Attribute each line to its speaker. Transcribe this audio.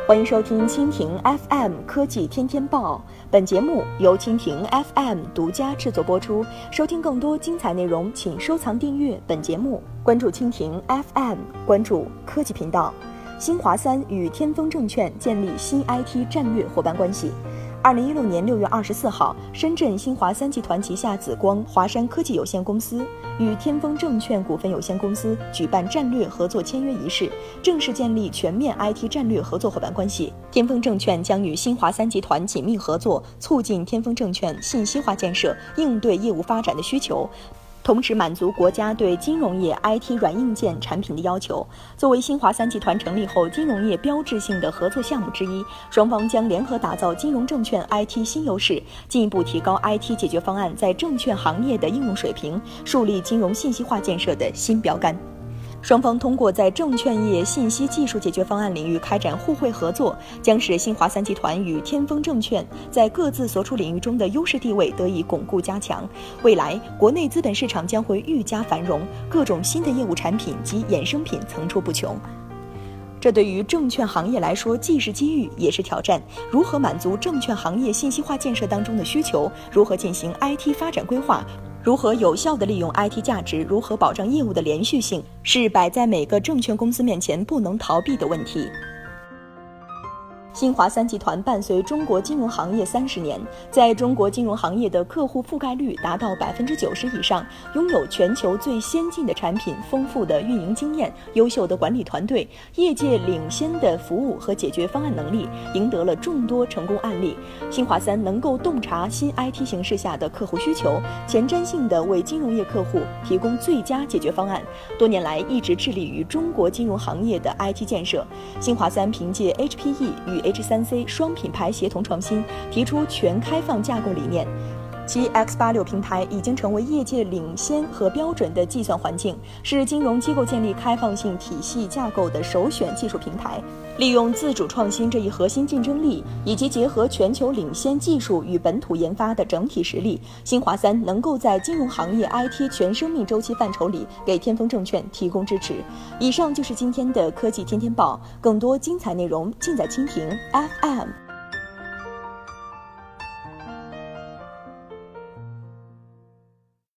Speaker 1: 欢迎收听蜻蜓 FM 科技天天报，本节目由蜻蜓 FM 独家制作播出。收听更多精彩内容，请收藏订阅本节目，关注蜻蜓 FM， 关注科技频道。新华三与天风证券建立新 IT 战略伙伴关系。2016年6月24号，深圳新华三集团旗下紫光华山科技有限公司与天风证券股份有限公司举办战略合作签约仪式，正式建立全面 IT 战略合作伙伴关系。天风证券将与新华三集团紧密合作，促进天风证券信息化建设，应对业务发展的需求，同时满足国家对金融业 IT 软硬件产品的要求。作为新华三集团成立后金融业标志性的合作项目之一，双方将联合打造金融证券 IT 新优势，进一步提高 IT 解决方案在证券行业的应用水平，树立金融信息化建设的新标杆。双方通过在证券业信息技术解决方案领域开展互惠合作，将使新华三集团与天风证券在各自所处领域中的优势地位得以巩固加强。未来，国内资本市场将会愈加繁荣，各种新的业务产品及衍生品层出不穷。这对于证券行业来说既是机遇也是挑战，如何满足证券行业信息化建设当中的需求，如何进行 IT 发展规划，如何有效地利用 IT 价值，如何保障业务的连续性，是摆在每个证券公司面前不能逃避的问题。新华三集团伴随中国金融行业30年，在中国金融行业的客户覆盖率达到90%以上，拥有全球最先进的产品、丰富的运营经验、优秀的管理团队、业界领先的服务和解决方案能力，赢得了众多成功案例。新华三能够洞察新 IT 形势下的客户需求，前瞻性地为金融业客户提供最佳解决方案。多年来一直致力于中国金融行业的 IT 建设。新华三凭借 HPE 与H3C 双品牌协同创新，提出全开放架构理念。其 X86 平台已经成为业界领先和标准的计算环境，是金融机构建立开放性体系架构的首选技术平台。利用自主创新这一核心竞争力，以及结合全球领先技术与本土研发的整体实力，新华三能够在金融行业 IT 全生命周期范畴里给天风证券提供支持。以上就是今天的科技天天报，更多精彩内容尽在蜻蜓 FM。